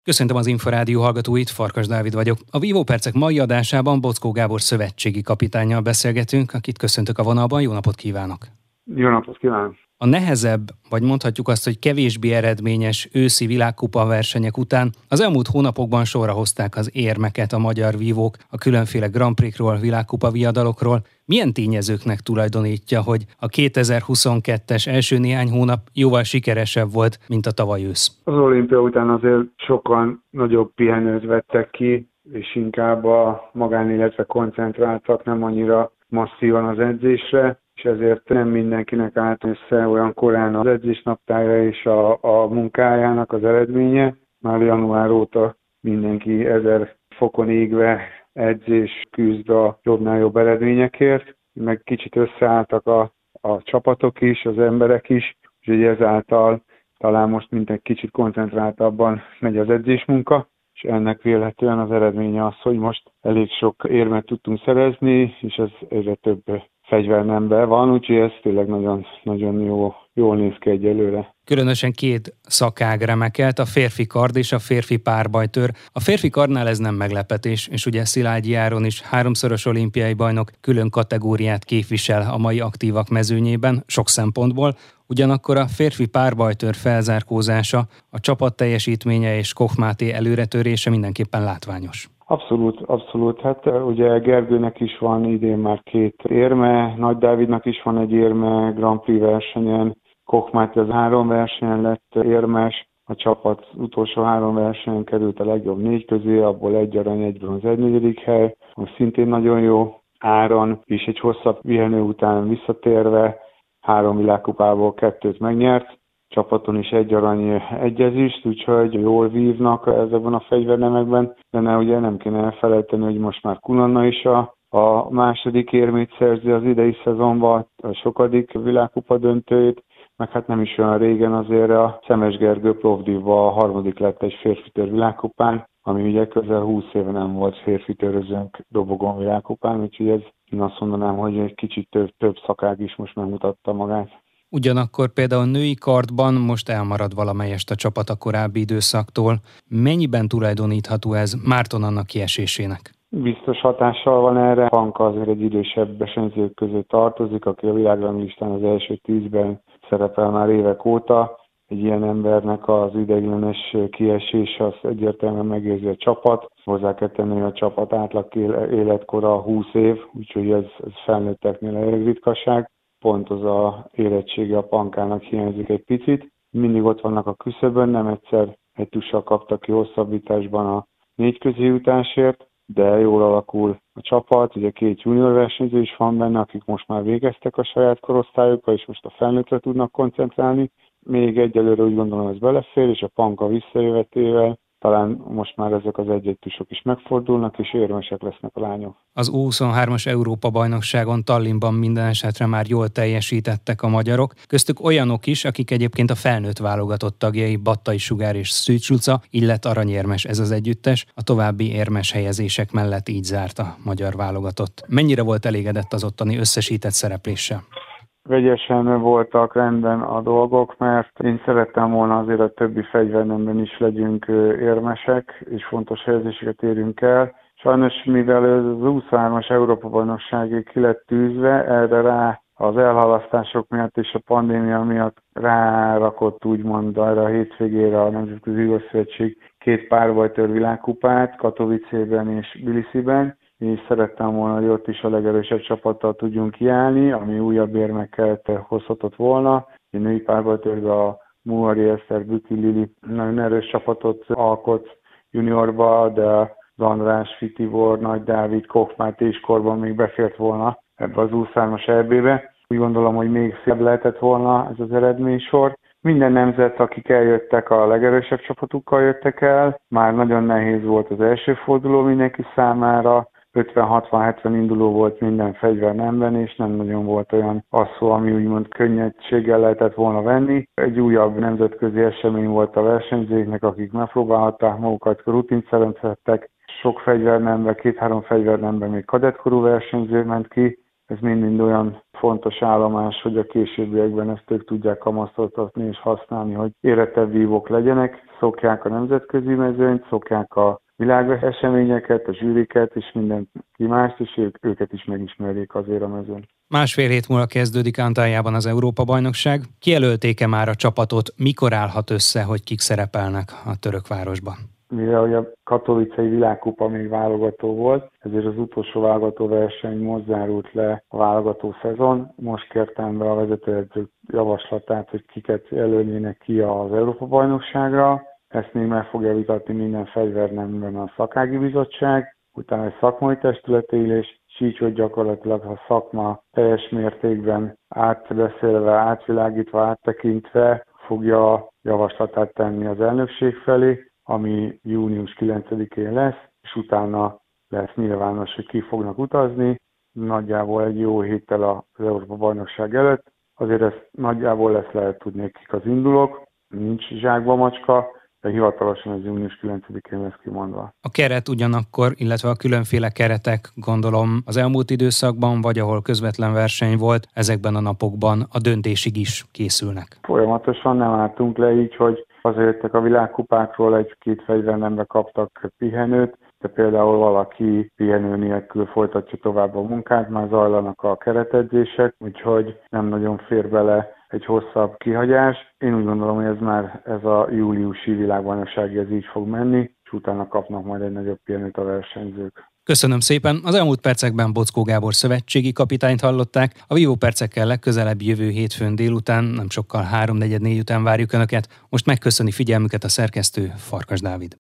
Köszöntöm az Inforádió hallgatóit, Farkas Dávid vagyok. A Vívó Percek mai adásában Bockó Gábor szövetségi kapitánnyal beszélgetünk, akit köszöntök a vonalban. Jó napot kívánok! Jó napot kívánok! A nehezebb, vagy mondhatjuk azt, hogy kevésbé eredményes őszi világkupa versenyek után az elmúlt hónapokban sorra hozták az érmeket a magyar vívók a különféle Grand Prix-ról, világkupa viadalokról. Milyen tényezőknek tulajdonítja, hogy a 2022-es első néhány hónap jóval sikeresebb volt, mint a tavaly ősz? Az olimpia után azért sokan nagyobb pihenőt vettek ki, és inkább a magánéletre koncentráltak, nem annyira masszívan az edzésre, és ezért nem mindenkinek állt össze olyan korán az edzésnaptára és a munkájának az eredménye. Már január óta mindenki 1000 fokon égve edzés küzd a jobbnál jobb eredményekért, meg kicsit összeálltak a csapatok is, az emberek is, úgyhogy ezáltal talán most egy kicsit koncentráltabban megy az edzésmunka, és ennek vélhetően az eredménye az, hogy most elég sok érmet tudtunk szerezni, és ez egyre több fegyvernemben van, úgyhogy ez tényleg nagyon, nagyon jól néz ki egyelőre. Különösen két szakág remekelt, a férfi kard és a férfi párbajtőr. A férfi kardnál ez nem meglepetés, és ugye Szilágyi Áron is 3-szoros olimpiai bajnok külön kategóriát képvisel a mai aktívak mezőnyében, sok szempontból. Ugyanakkor a férfi párbajtőr felzárkózása, a csapat teljesítménye és Koch Máté előretörése mindenképpen látványos. Abszolút. Hát ugye Gergőnek is van idén már 2 érme, Nagy Dávidnak is van egy érme Grand Prix versenyen, Koch Máté az 3 versenyen lett érmes, a csapat utolsó 3 versenyen került a legjobb 4 közé, abból 1 arany, 1 bronz, 1 negyedik hely, ami szintén nagyon jó. Áron is egy hosszabb pihenő után visszatérve 3 világkupából 2-t megnyert, csapaton is 1 arany, 1 ezüst, úgyhogy jól vívnak ezekben a fegyvernemekben, de ugye nem kéne elfelejteni, hogy most már Kunanna is a második érmét szerzi az idei szezonban, a sokadik világkupa döntőjét, meg hát nem is olyan régen azért a Szemes Gergő Plovdivban a 3. lett egy férfitőr világkupán, ami ugye közel 20 éve nem volt férfitőrözőnk dobogon világkupán, úgyhogy ez én azt mondanám, hogy egy kicsit több szakág is most megmutatta magát. Ugyanakkor például női kardban most elmarad valamelyest a csapat a korábbi időszaktól. Mennyiben tulajdonítható ez Márton Anna kiesésének? Biztos hatással van erre. Panka azért egy idősebb versenyzők közé tartozik, aki a világranglistán az első 10-ben szerepel már évek óta. Egy ilyen embernek az ideiglenes kiesése az egyértelműen megérzi a csapat. Hozzá kell tenni, hogy a csapat átlag életkora 20 év, úgyhogy ez felnőtteknél elég ritkaság. Pont az a érettsége a Pankának hiányzik egy picit. Mindig ott vannak a küszöbön, nem egyszer egy tussal kaptak ki hosszabbításban a 4 közé jutásért, de jól alakul a csapat. Ugye 2 junior versenyző is van benne, akik most már végeztek a saját korosztályukkal, és most a felnőttre tudnak koncentrálni. Még egyelőre úgy gondolom, ez belefér, és a Panka visszajövetével talán most már ezek az egy-egy tusok is megfordulnak, és érmesek lesznek a lányok. Az U23-as Európa-bajnokságon Tallinnban minden esetre már jól teljesítettek a magyarok, köztük olyanok is, akik egyébként a felnőtt válogatott tagjai, Battai Sugár és Szűcs Luca, így lett aranyérmes ez az együttes, a további érmes helyezések mellett így zárt a magyar válogatott. Mennyire volt elégedett az ottani összesített szerepléssel? Vegyesen voltak rendben a dolgok, mert én szerettem volna azért a többi fegyvernemben is legyünk érmesek, és fontos helyezéseket érünk el. Sajnos, mivel az U23-as Európa-bajnokságig ki lett tűzve, erre rá az elhalasztások miatt és a pandémia miatt rárakott úgymond arra a hétvégére a Nemzetközi Vívószövetség 2 párbajtőr világkupát, Katowicében és Tbilisiben, és szerettem volna, hogy ott is a legerősebb csapattal tudjunk kiállni, ami újabb érmeket hozhatott volna. A női párbajtőrben a Muhari Eszter, Büki Lili nagyon erős csapatot alkot juniorba, de az András, Fitibor, Nagy Dávid, Koch Máté is korban még befért volna ebbe az U23-as EB-be. Úgy gondolom, hogy még szebb lehetett volna ez az eredménysor. Minden nemzet, akik eljöttek, a legerősebb csapatukkal jöttek el. Már nagyon nehéz volt az első forduló mindenki számára. 50-60-70 induló volt minden fegyvernemben, és nem nagyon volt olyan passzó, ami úgymond könnyedséggel lehetett volna venni. Egy újabb nemzetközi esemény volt a versenyzőknek, akik megpróbálhatták magukat, rutint szerezhettek. Sok fegyvernemben, 2-3 fegyvernemben még kadettkorú versenyző ment ki, Ez mind-mind olyan fontos állomás, hogy a későbbiekben ezt ők tudják kamaszoltatni és használni, hogy érettebb vívók legyenek, szokják a nemzetközi mezőnyt, szokják a világeseményeket, a zsűriket és mindenki mást, és őket is megismerjék azért a mezőn. Másfél hét múlva kezdődik Antalyában az Európa-bajnokság. Kijelölték-e már a csapatot, mikor állhat össze, hogy kik szerepelnek a török városban? Mivel a Katowicei világkupa még válogató volt, ezért az utolsó válogató verseny most zárult le a válogató szezon. Most kértem be a vezetőedzők javaslatát, hogy kiket jelölnének ki az Európa-bajnokságra. Ezt még meg fogja vitatni minden fegyvernemben a szakági bizottság, utána egy szakmai testületélés, és így, hogy gyakorlatilag a szakma teljes mértékben átbeszélve, átvilágítva, áttekintve fogja a javaslatát tenni az elnökség felé, ami június 9-én lesz, és utána lesz nyilvános, hogy ki fognak utazni, nagyjából egy jó héttel az Európa-bajnokság előtt. Azért ezt nagyjából lehet tudni, kik az indulók, nincs zsákba macska, de hivatalosan az június 9-én lesz kimondva. A keret ugyanakkor, illetve a különféle keretek, gondolom az elmúlt időszakban, vagy ahol közvetlen verseny volt, ezekben a napokban a döntésig is készülnek. Folyamatosan nem álltunk le így, hogy azért a világkupákról egy-két fegyvernembe kaptak pihenőt, de például valaki pihenő nélkül folytatja tovább a munkát, már zajlanak a keretedzések, úgyhogy nem nagyon fér bele egy hosszabb kihagyás. Én úgy gondolom, hogy ez a júliusi világbajnokság ez így fog menni, és utána kapnak majd egy nagyobb pihenőt a versenyzők. Köszönöm szépen! Az elmúlt percekben Boczkó Gábor szövetségi kapitányt hallották. A Vívó percekkel legközelebb jövő hétfőn délután, nem sokkal 3-4 után várjuk Önöket. Most megköszöni figyelmüket a szerkesztő, Farkas Dávid.